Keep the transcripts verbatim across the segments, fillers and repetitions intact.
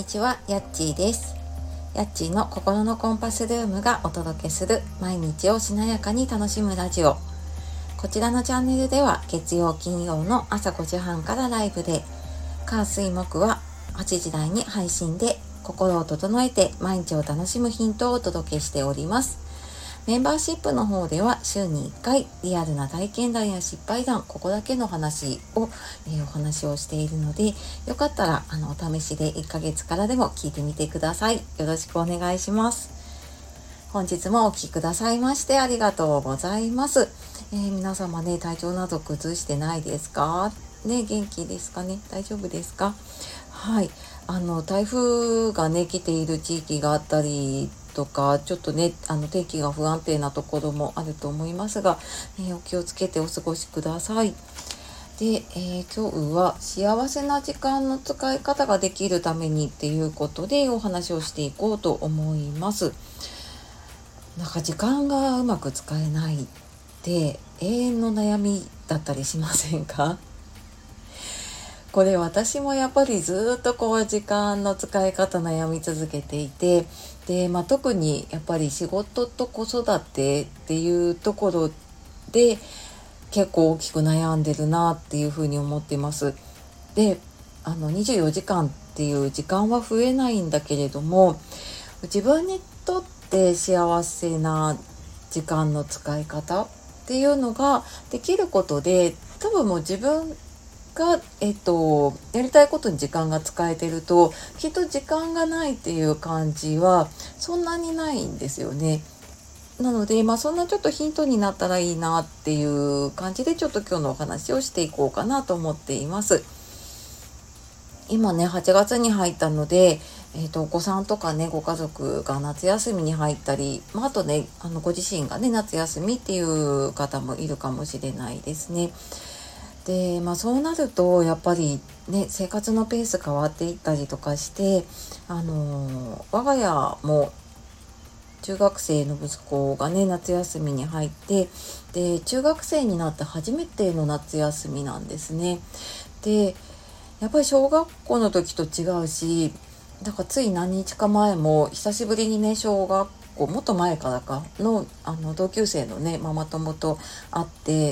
にちは、やっちーです。やっちーの心のコンパスルームがお届けする毎日をしなやかに楽しむラジオ。こちらのチャンネルでは月曜金曜の朝ごじはんからライブで、火水木ははちじ台に配信で心を整えて毎日を楽しむヒントをお届けしております。メンバーシップの方では週にいっかいリアルな体験談や失敗談、ここだけの話を、えー、お話をしているので、よかったらあのお試しでいっかげつからでも聞いてみてください。よろしくお願いします。本日もお聞きくださいましてありがとうございます。えー、皆様ね、体調など崩してないですかね。元気ですかね。大丈夫ですか。はい、あの台風がね来ている地域があったりとか、ちょっとねあの天気が不安定なところもあると思いますが、えー、お気をつけてお過ごしください。で、えー、今日は幸せな時間の使い方ができるためにっていうことでお話をしていこうと思います。なんか時間がうまく使えないって永遠の悩みだったりしませんか？これ私もやっぱりずっとこう時間の使い方悩み続けていて、で、まあ、特にやっぱり仕事と子育てっていうところで結構大きく悩んでるなっていうふうに思っています。で、あのにじゅうよじかんっていう時間は増えないんだけれども、自分にとって幸せな時間の使い方っていうのができることで、多分もう自分が、えっと、やりたいことに時間が使えてると、きっと時間がないっていう感じはそんなにないんですよね。なので、まあ、そんなちょっとヒントになったらいいなっていう感じで、ちょっと今日のお話をしていこうかなと思っています。今ね、はちがつに入ったので、えっと、お子さんとかね、ご家族が夏休みに入ったり、まあ、あとね、あのご自身がね、夏休みっていう方もいるかもしれないですね。で、まあ、そうなるとやっぱりね、生活のペース変わっていったりとかして、あの我が家も中学生の息子がね夏休みに入って、で中学生になって初めての夏休みなんですね。で、やっぱり小学校の時と違うし、だからつい何日か前も久しぶりにね、小学校もっと前からかのあの同級生のねママ友と会って、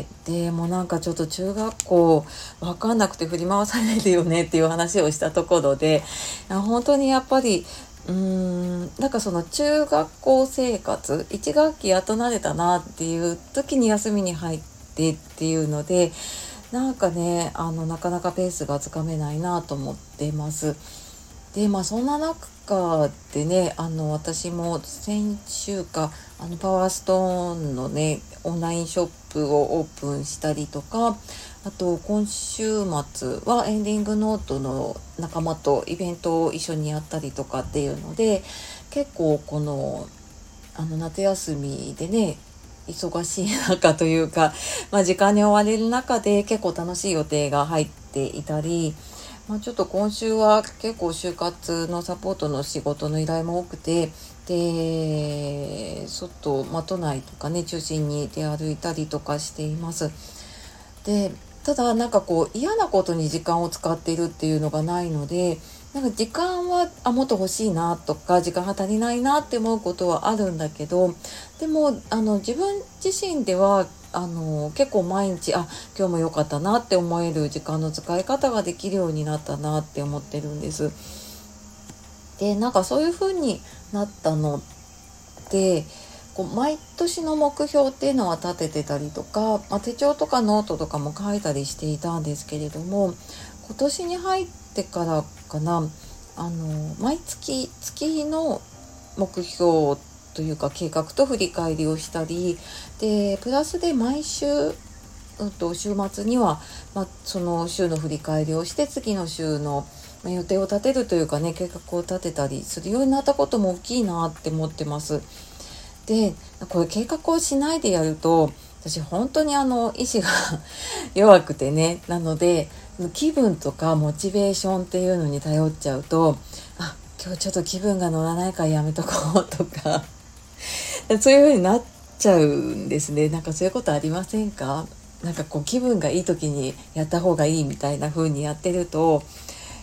でもうなんかちょっと中学校わかんなくて振り回されるよねっていう話をしたところで、いや本当にやっぱりうーんなんかその中学校生活いち学期やっと慣れたなっていう時に休みに入ってっていうので、なんかねあのなかなかペースがつかめないなと思ってます。で、まあそんな中でね、あの私も先週かあのパワーストーンのねオンラインショップをオープンしたりとか、あと今週末はエンディングノートの仲間とイベントを一緒にやったりとかっていうので、結構このあの夏休みでね忙しい中というか、まあ、時間に追われる中で結構楽しい予定が入っていたり、まあ、ちょっと今週は結構就活のサポートの仕事の依頼も多くて、で外、まあ、都内とかね中心に出歩いたりとかしています。でただなんかこう嫌なことに時間を使っているっていうのがないので、なんか時間はあもっと欲しいなとか時間が足りないなって思うことはあるんだけど、でもあの自分自身ではあの結構毎日あ今日も良かったなって思える時間の使い方ができるようになったなって思ってるんです。でなんかそういう風になったのってこう毎年の目標っていうのは立ててたりとか、まあ、手帳とかノートとかも書いたりしていたんですけれども、今年に入ってからかな、あの毎月月の目標というか計画と振り返りをしたりで、プラスで毎週、うん、と週末には、まあ、その週の振り返りをして次の週のまあ予定を立てるというかね計画を立てたりするようになったことも大きいなって思ってます。でこれ計画をしないでやると私本当にあの意志が弱くてね、なので気分とかモチベーションっていうのに頼っちゃうと、あ今日ちょっと気分が乗らないからやめとこうとかそういう風になっちゃうんですね。なんかそういうことありませんか？なんかこう気分がいい時にやった方がいいみたいな風にやってると、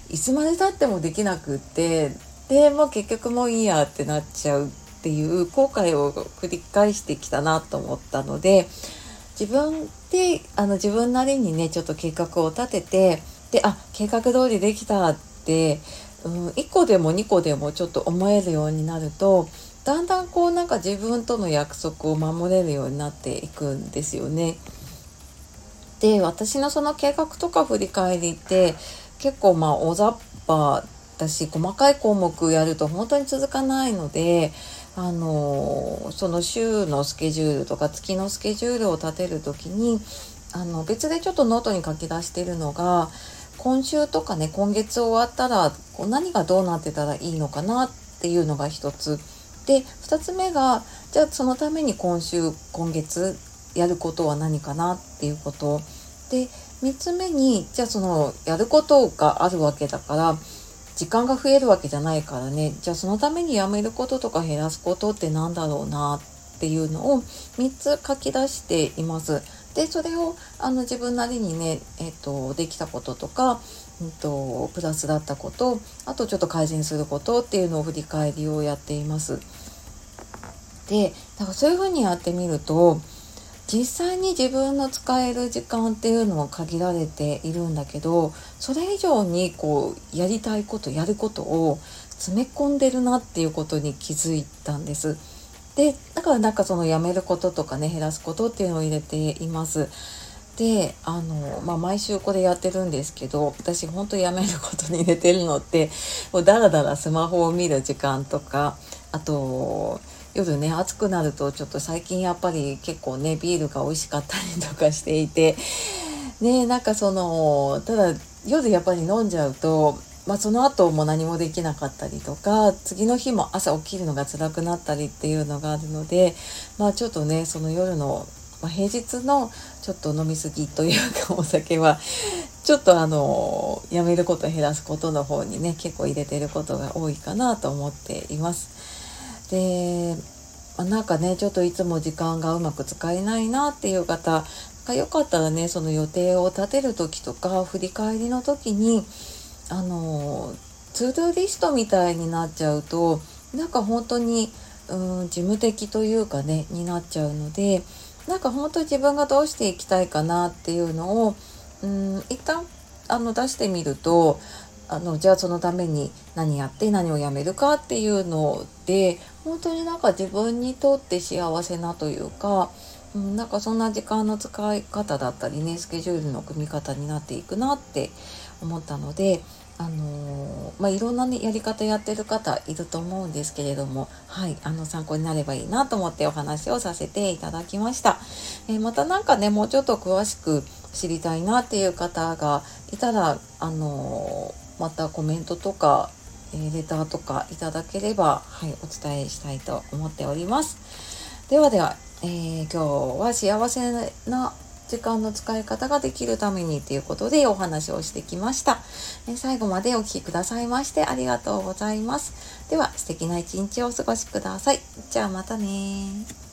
いつまで経ってもできなくって、でもう結局もういいやってなっちゃうっていう後悔を繰り返してきたなと思ったので、自分であの自分なりにねちょっと計画を立てて、であ計画通りできたって、うん、いっこでもにこでもちょっと思えるようになると、だんだんこうなんか自分との約束を守れるようになっていくんですよね。で、私のその計画とか振り返りって結構まあ大雑把だし、細かい項目やると本当に続かないので、あのその週のスケジュールとか月のスケジュールを立てるときに、あの別でちょっとノートに書き出しているのが、今週とかね今月終わったらこう何がどうなってたらいいのかなっていうのが一つで、二つ目がじゃあそのために今週今月やることは何かなっていうことで、みっつめにじゃあそのやることがあるわけだから時間が増えるわけじゃないからね、じゃあそのためにやめることとか減らすことってなんだろうなっていうのをみっつ書き出しています。でそれをあの自分なりにね、えっと、できたこととか、うんと、プラスだったこと、あとちょっと改善することっていうのを振り返りをやっています。でだからそういうふうにやってみると、実際に自分の使える時間っていうのは限られているんだけど、それ以上にこうやりたいことやることを詰め込んでるなっていうことに気づいたんです。でだからなんかそのやめることとかね減らすことっていうのを入れています。であの、まあ、毎週これやってるんですけど、私本当やめることに入れてるのってもうだらだらスマホを見る時間とか、あと夜ね暑くなるとちょっと最近やっぱり結構ねビールが美味しかったりとかしていてね、なんかそのただ夜やっぱり飲んじゃうと、まあ、その後も何もできなかったりとか、次の日も朝起きるのが辛くなったりっていうのがあるので、まあちょっとねその夜の、まあ、平日のちょっと飲み過ぎというかお酒はちょっとあのやめること減らすことの方にね結構入れてることが多いかなと思っています。で、まあ、なんかねちょっといつも時間がうまく使えないなっていう方がよかったらね、その予定を立てる時とか振り返りの時にあのツードゥーリストみたいになっちゃうとなんか本当にうん事務的というかねになっちゃうので、なんか本当に自分がどうしていきたいかなっていうのをうん一旦あの出してみると、あのじゃあそのために何やって何をやめるかっていうので本当になんか自分にとって幸せなというか、うん、なんかそんな時間の使い方だったりねスケジュールの組み方になっていくなって思ったので、あのーまあ、いろんな、ね、やり方やってる方いると思うんですけれども、はい、あの参考になればいいなと思ってお話をさせていただきました。えー、またなんかねもうちょっと詳しく知りたいなっていう方がいたら、あのー、またコメントとか、えー、レターとかいただければ、はい、お伝えしたいと思っております。ではでは、えー、今日は幸せな時間の使い方ができるためにということでお話をしてきました。えー、最後までお聞きくださいましてありがとうございます。では素敵な一日をお過ごしください。じゃあまたね。